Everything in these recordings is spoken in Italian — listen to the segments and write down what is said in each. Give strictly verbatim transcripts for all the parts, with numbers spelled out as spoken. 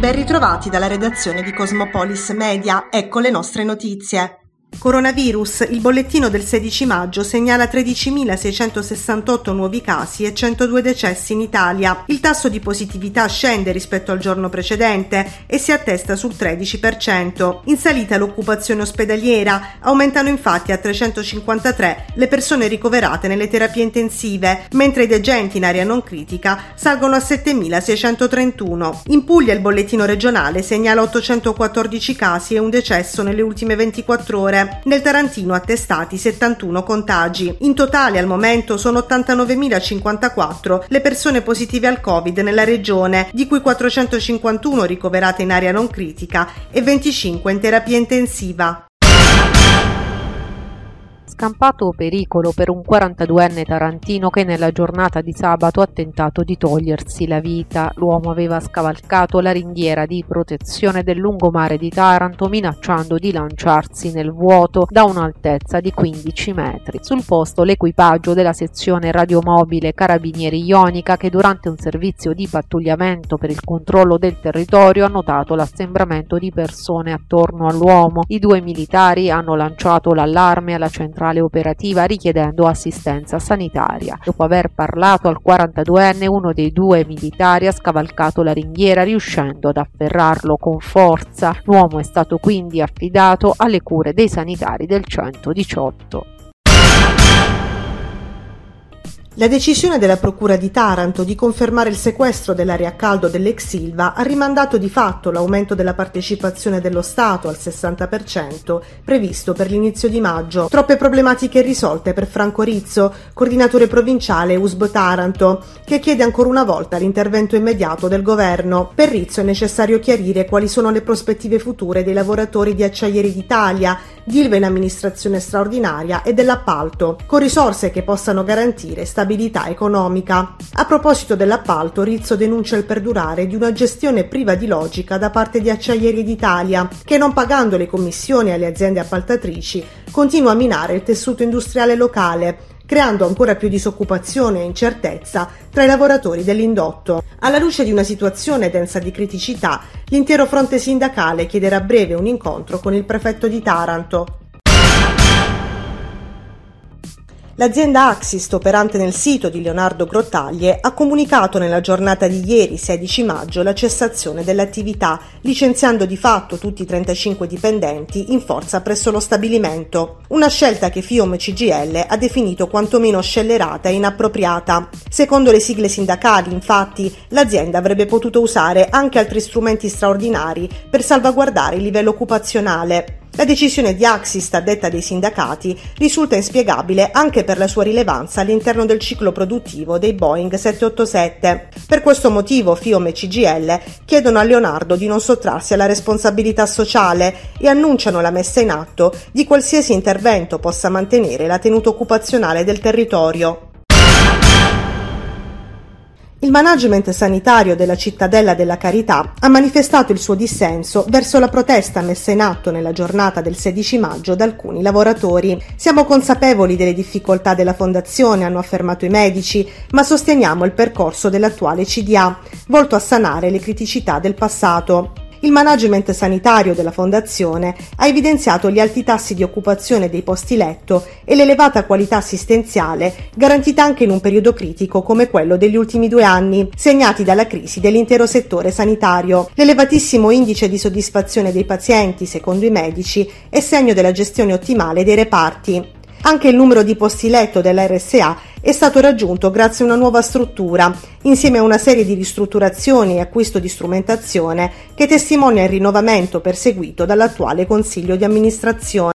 Ben ritrovati dalla redazione di Cosmopolis Media, ecco le nostre notizie. Coronavirus, il bollettino del sedici maggio segnala tredicimilaseicentosessantotto nuovi casi e centodue decessi in Italia. Il tasso di positività scende rispetto al giorno precedente e si attesta sul tredici per cento. In salita l'occupazione ospedaliera, aumentano infatti a trecentocinquantatré le persone ricoverate nelle terapie intensive, mentre i degenti in area non critica salgono a settemilaseicentotrentuno. In Puglia il bollettino regionale segnala ottocentoquattordici casi e un decesso nelle ultime ventiquattro ore. Nel Tarantino attestati settantuno contagi. In totale al momento sono ottantanovemilacinquantaquattro le persone positive al Covid nella regione, di cui quattrocentocinquantuno ricoverate in area non critica e venticinque in terapia intensiva. Scampato pericolo per un quarantaduenne tarantino che nella giornata di sabato ha tentato di togliersi la vita. L'uomo aveva scavalcato la ringhiera di protezione del lungomare di Taranto minacciando di lanciarsi nel vuoto da un'altezza di quindici metri. Sul posto l'equipaggio della sezione radiomobile Carabinieri Ionica che durante un servizio di pattugliamento per il controllo del territorio ha notato l'assembramento di persone attorno all'uomo. I due militari hanno lanciato l'allarme alla centrale operativa richiedendo assistenza sanitaria. Dopo aver parlato al quarantaduenne, uno dei due militari ha scavalcato la ringhiera riuscendo ad afferrarlo con forza. L'uomo è stato quindi affidato alle cure dei sanitari del centodiciotto. La decisione della Procura di Taranto di confermare il sequestro dell'area a caldo dell'ex Ilva ha rimandato di fatto l'aumento della partecipazione dello Stato al sessanta per cento previsto per l'inizio di maggio. Troppe problematiche risolte per Franco Rizzo, coordinatore provinciale U S B Taranto, che chiede ancora una volta l'intervento immediato del governo. Per Rizzo è necessario chiarire quali sono le prospettive future dei lavoratori di Acciaieri d'Italia, di Ilva in amministrazione straordinaria e dell'appalto, con risorse che possano garantire stabilità economica. A proposito dell'appalto, Rizzo denuncia il perdurare di una gestione priva di logica da parte di Acciaieri d'Italia, che non pagando le commissioni alle aziende appaltatrici continua a minare il tessuto industriale locale, creando ancora più disoccupazione e incertezza tra i lavoratori dell'indotto. Alla luce di una situazione densa di criticità, l'intero fronte sindacale chiederà a breve un incontro con il prefetto di Taranto. L'azienda Axist, operante nel sito di Leonardo Grottaglie, ha comunicato nella giornata di ieri, sedici maggio, la cessazione dell'attività, licenziando di fatto tutti i trentacinque dipendenti in forza presso lo stabilimento. Una scelta che FIOM C G I L ha definito quantomeno scellerata e inappropriata. Secondo le sigle sindacali, infatti, l'azienda avrebbe potuto usare anche altri strumenti straordinari per salvaguardare il livello occupazionale. La decisione di Axist, a detta dei sindacati, risulta inspiegabile anche per la sua rilevanza all'interno del ciclo produttivo dei Boeing settecentoottantasette. Per questo motivo FIOM e C G I L chiedono a Leonardo di non sottrarsi alla responsabilità sociale e annunciano la messa in atto di qualsiasi intervento possa mantenere la tenuta occupazionale del territorio. Il management sanitario della Cittadella della Carità ha manifestato il suo dissenso verso la protesta messa in atto nella giornata del sedici maggio da alcuni lavoratori. Siamo consapevoli delle difficoltà della fondazione, hanno affermato i medici, ma sosteniamo il percorso dell'attuale C D A, volto a sanare le criticità del passato. Il management sanitario della fondazione ha evidenziato gli alti tassi di occupazione dei posti letto e l'elevata qualità assistenziale garantita anche in un periodo critico come quello degli ultimi due anni, segnati dalla crisi dell'intero settore sanitario. L'elevatissimo indice di soddisfazione dei pazienti, secondo i medici, è segno della gestione ottimale dei reparti. Anche il numero di posti letto dell'R S A è stato raggiunto grazie a una nuova struttura, insieme a una serie di ristrutturazioni e acquisto di strumentazione che testimonia il rinnovamento perseguito dall'attuale Consiglio di amministrazione.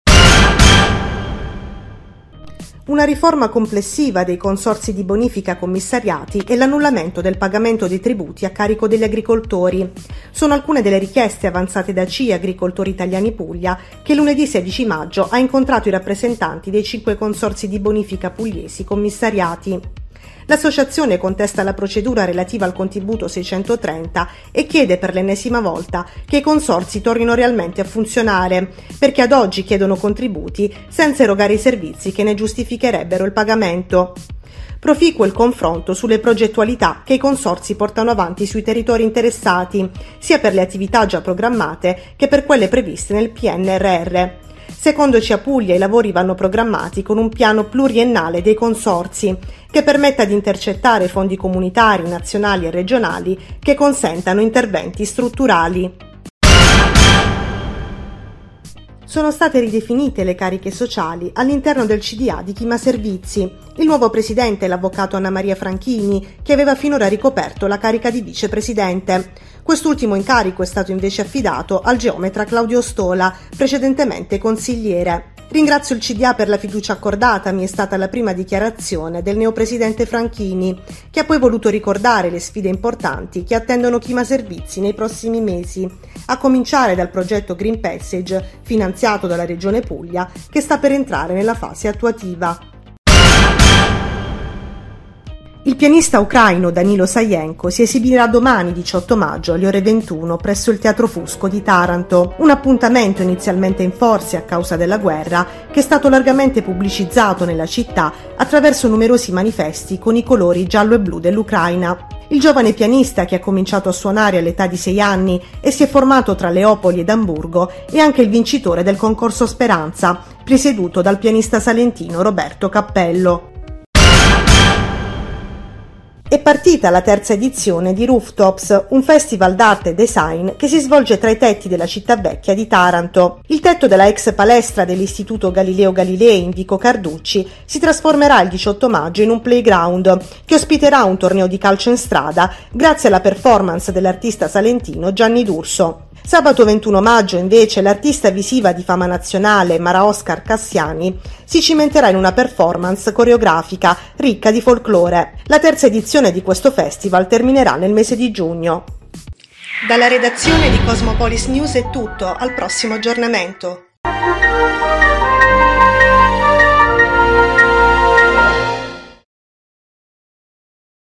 Una riforma complessiva dei consorzi di bonifica commissariati e l'annullamento del pagamento dei tributi a carico degli agricoltori. Sono alcune delle richieste avanzate da C I Agricoltori Italiani Puglia, che lunedì sedici maggio ha incontrato i rappresentanti dei cinque consorzi di bonifica pugliesi commissariati. L'associazione contesta la procedura relativa al contributo seicentotrenta e chiede per l'ennesima volta che i consorzi tornino realmente a funzionare, perché ad oggi chiedono contributi senza erogare i servizi che ne giustificherebbero il pagamento. Proficuo il confronto sulle progettualità che i consorzi portano avanti sui territori interessati, sia per le attività già programmate che per quelle previste nel P N R R. Secondo Ciapuglia, i lavori vanno programmati con un piano pluriennale dei consorzi che permetta di intercettare fondi comunitari, nazionali e regionali che consentano interventi strutturali. Sono state ridefinite le cariche sociali all'interno del C D A di Chima Servizi. Il nuovo presidente è l'avvocato Anna Maria Franchini, che aveva finora ricoperto la carica di vicepresidente. Quest'ultimo incarico è stato invece affidato al geometra Claudio Stola, precedentemente consigliere. Ringrazio il C D A per la fiducia accordata, mi è stata la prima dichiarazione del neopresidente Franchini, che ha poi voluto ricordare le sfide importanti che attendono Chima Servizi nei prossimi mesi, a cominciare dal progetto Green Passage, finanziato dalla Regione Puglia, che sta per entrare nella fase attuativa. Il pianista ucraino Danilo Sajenko si esibirà domani diciotto maggio alle ore ventuno presso il Teatro Fusco di Taranto, un appuntamento inizialmente in forse a causa della guerra che è stato largamente pubblicizzato nella città attraverso numerosi manifesti con i colori giallo e blu dell'Ucraina. Il giovane pianista, che ha cominciato a suonare all'età di sei anni e si è formato tra Leopoli ed Amburgo, è anche il vincitore del concorso Speranza, presieduto dal pianista salentino Roberto Cappello. È partita la terza edizione di Rooftops, un festival d'arte e design che si svolge tra i tetti della città vecchia di Taranto. Il tetto della ex palestra dell'Istituto Galileo Galilei in Vico Carducci si trasformerà il diciotto maggio in un playground che ospiterà un torneo di calcio in strada grazie alla performance dell'artista salentino Gianni D'Urso. Sabato ventuno maggio, invece, l'artista visiva di fama nazionale Mara Oscar Cassiani si cimenterà in una performance coreografica ricca di folklore. La terza edizione di questo festival terminerà nel mese di giugno. Dalla redazione di Cosmopolis News è tutto, al prossimo aggiornamento.